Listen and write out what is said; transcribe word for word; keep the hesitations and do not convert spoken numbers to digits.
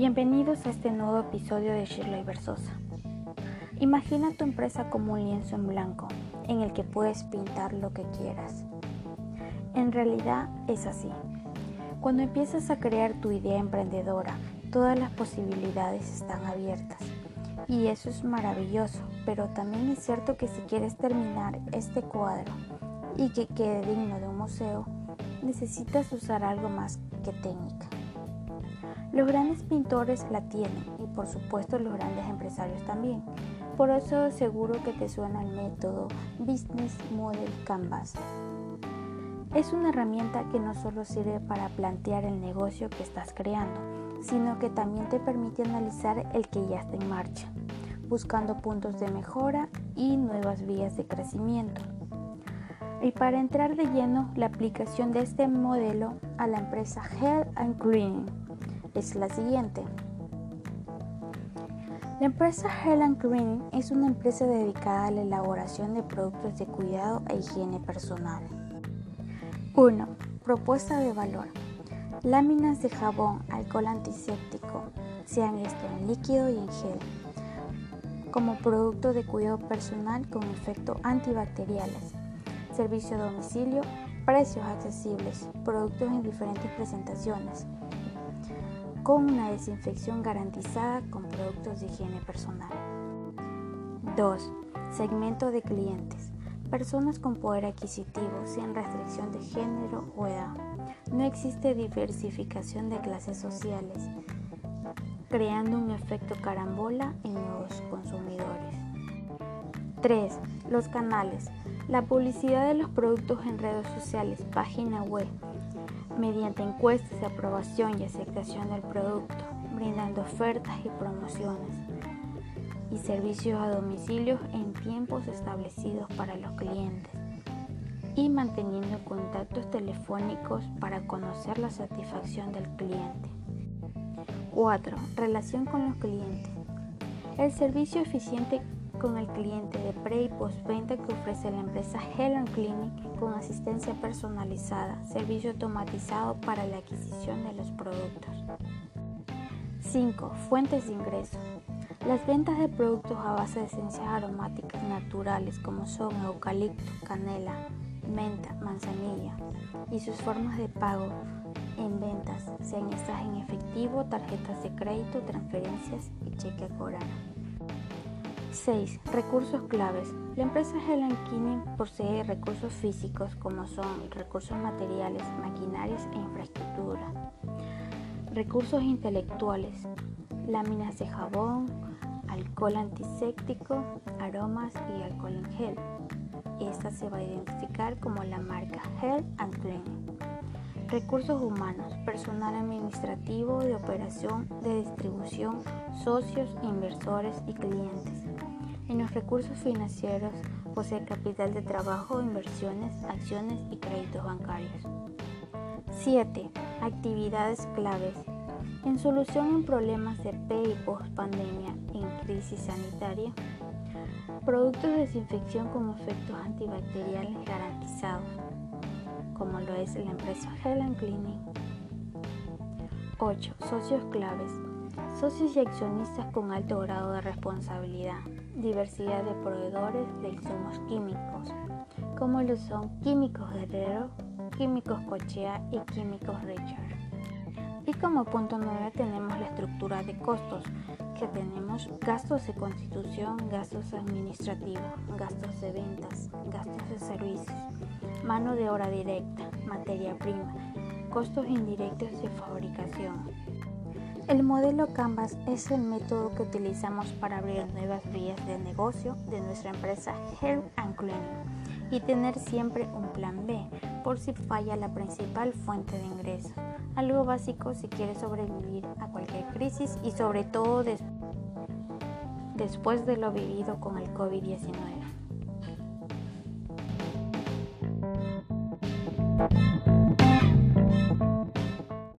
Bienvenidos a este nuevo episodio de Shirley Versosa. Imagina tu empresa como un lienzo en blanco en el que puedes pintar lo que quieras. En realidad es así. Cuando empiezas a crear tu idea emprendedora, todas las posibilidades están abiertas. Y eso es maravilloso, pero también es cierto que si quieres terminar este cuadro y que quede digno de un museo, necesitas usar algo más que técnica. Los grandes pintores la tienen y por supuesto los grandes empresarios también. Por eso seguro que te suena el método Business Model Canvas. Es una herramienta que no solo sirve para plantear el negocio que estás creando, sino que también te permite analizar el que ya está en marcha, buscando puntos de mejora y nuevas vías de crecimiento. Y para entrar de lleno, la aplicación de este modelo a la empresa Health and Cleaning es la siguiente. La empresa Health and Cleaning es una empresa dedicada a la elaboración de productos de cuidado e higiene personal. uno. Propuesta de valor. Láminas de jabón, alcohol antiséptico, sean esto en líquido y en gel, como producto de cuidado personal con efectos antibacteriales. Servicio a domicilio, precios accesibles, productos en diferentes presentaciones, con una desinfección garantizada con productos de higiene personal. dos. Segmento de clientes. Personas con poder adquisitivo, sin restricción de género o edad. No existe diversificación de clases sociales, creando un efecto carambola en nuevos consumidores. tres. Los canales. La publicidad de los productos en redes sociales, página web, mediante encuestas de aprobación y aceptación del producto, brindando ofertas y promociones y servicios a domicilio en tiempos establecidos para los clientes y manteniendo contactos telefónicos para conocer la satisfacción del cliente. cuatro. Relación con los clientes. El servicio eficiente con el cliente de pre y postventa que ofrece la empresa Health and Cleaning con asistencia personalizada, servicio automatizado para la adquisición de los productos. cinco. Fuentes de ingreso. Las ventas de productos a base de esencias aromáticas naturales como son eucalipto, canela, menta, manzanilla y sus formas de pago en ventas, sean estas en efectivo, tarjetas de crédito, transferencias y cheque a cobrar. seis. Recursos claves. La empresa Health and Cleaning posee recursos físicos como son recursos materiales, maquinarias e infraestructura. Recursos intelectuales. Láminas de jabón, alcohol antiséptico, aromas y alcohol en gel. Esta se va a identificar como la marca Health and Cleaning. Recursos humanos, personal administrativo, de operación, de distribución, socios, inversores y clientes. En los recursos financieros posee capital de trabajo, inversiones, acciones y créditos bancarios. siete. Actividades claves. En solución en problemas de pre y post pandemia en crisis sanitaria. Productos de desinfección con efectos antibacteriales garantizados, como lo es la empresa Health and Cleaning. ocho. Socios claves. Socios y accionistas con alto grado de responsabilidad. Diversidad de proveedores de insumos químicos, como lo son Químicos Guerrero, Químicos Cochea y Químicos Richard. Y como punto nueve tenemos la estructura de costos, que tenemos gastos de constitución, gastos administrativos, gastos de ventas, gastos de servicios, mano de obra directa, materia prima, costos indirectos de fabricación. El modelo Canvas es el método que utilizamos para abrir nuevas vías de negocio de nuestra empresa Health and Cleaning y tener siempre un plan B por si falla la principal fuente de ingresos. Algo básico si quieres sobrevivir a cualquier crisis y sobre todo des- después de lo vivido con el COVID diecinueve.